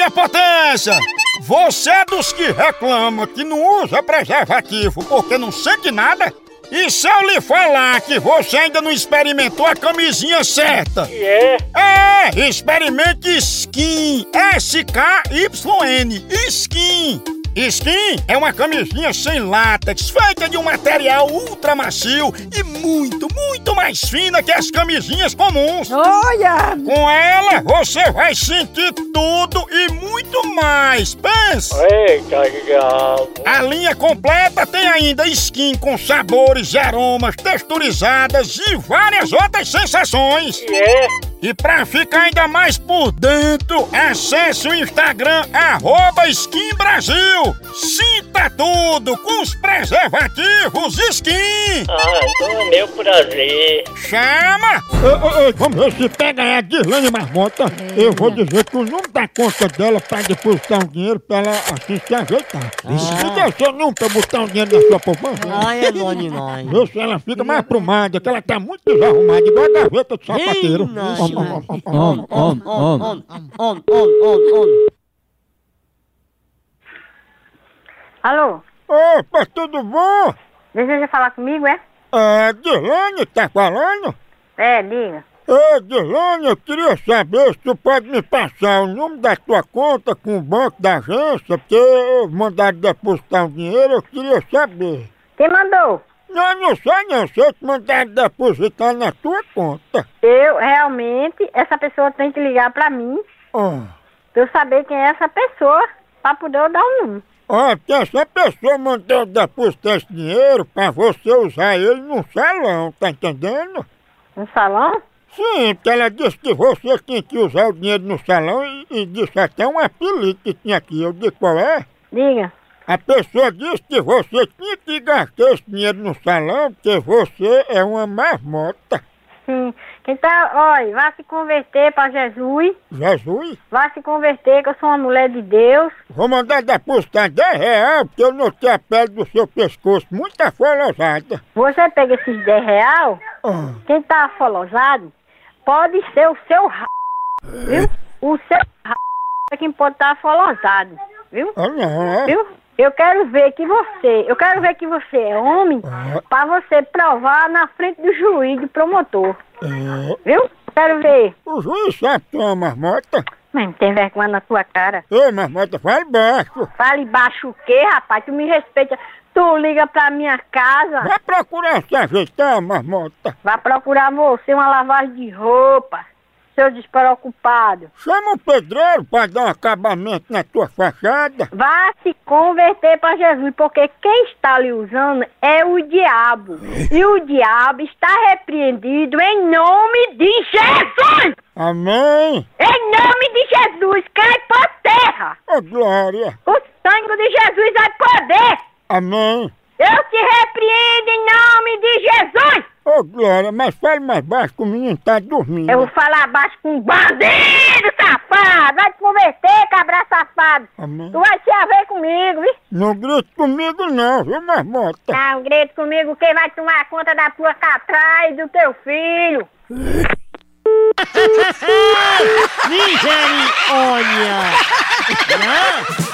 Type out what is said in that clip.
minha potência! Você é dos que reclama que não usa preservativo porque não sente nada? E se eu lhe falar que você ainda não experimentou a camisinha certa? Experimente Skin, S-K-Y-N, Skin. Skin é uma camisinha sem látex, feita de um material ultra macio e muito mais fina que as camisinhas comuns. Olha! Com ela, você vai sentir tudo e muito mais. Pensa! Eita, diabo! A linha completa tem ainda Skin com sabores e aromas texturizadas e várias outras sensações. E pra ficar ainda mais por dentro, acesse o Instagram @SkinBrasil. Sinta tudo com os preservativos Skin. Então é meu prazer. Chama! Vamos ver se pega a Dirlane Marmota. Eu vou dizer que o número da conta dela pra depositar um dinheiro pra ela assim se ajeitar. Não deu seu número pra botar um dinheiro na sua poupança? Ai, é bom demais. Vê se ela fica mais aprumada, que ela tá muito desarrumada, igual a gaveta do sapateiro. Alô? Opa, tudo bom? Deseja falar comigo, é? Dirlane tá falando? Diga. Dirlane, eu queria saber se tu pode me passar o número da tua conta com o banco da agência, porque mandaram depositar um dinheiro, eu queria saber. Quem mandou? Não sei não, sei que mandaram depositar na tua conta. Eu, realmente, essa pessoa tem que ligar pra mim, pra eu saber quem é essa pessoa, pra poder eu dar um número. Que essa pessoa mandou depositar esse dinheiro pra você usar ele num salão, tá entendendo? No salão? Sim, porque ela disse que você tinha que usar o dinheiro no salão e disse até um apelido que tinha aqui. Eu digo qual é? Diga. A pessoa disse que você tinha que gastar esse dinheiro no salão porque você é uma marmota. Sim. Quem tá, olha, vai se converter pra Jesus. Jesus? Vai se converter, que eu sou uma mulher de Deus. Vou mandar depositar R$10 porque eu notei a pele do seu pescoço muito afolosada. Você pega esses R$10, quem tá afolosado pode ser o seu viu? O seu é quem pode estar afolosado, viu? Não. Viu? Eu quero ver que você é homem pra você provar na frente do juiz, do promotor. Viu? Quero ver. O juiz sabe que é uma marmota. Mas não tem vergonha na tua cara. Ei, marmota, fale baixo. Fale baixo o quê, rapaz? Tu me respeita. Tu liga pra minha casa. Vai procurar se ajeitar, marmota. Vai procurar você uma lavagem de roupa. Seu despreocupado. Chama um pedreiro pra dar um acabamento na tua fachada. Vá se converter pra Jesus, porque quem está lhe usando é o diabo. E o diabo está repreendido em nome de Jesus! Amém! Em nome de Jesus, cai por terra! Ô, glória! O sangue de Jesus vai poder! Amém! Eu te repreendo em nome de Jesus! Ô, glória, mas fale mais baixo que o menino tá dormindo. Eu vou falar baixo com um bandido safado! Vai te converter, cabra safado! Amém. Tu vai se haver comigo, viu? Não grite comigo não, viu, marmota? Não grite comigo, quem vai tomar conta da tua catraia e do teu filho? Misericórdia!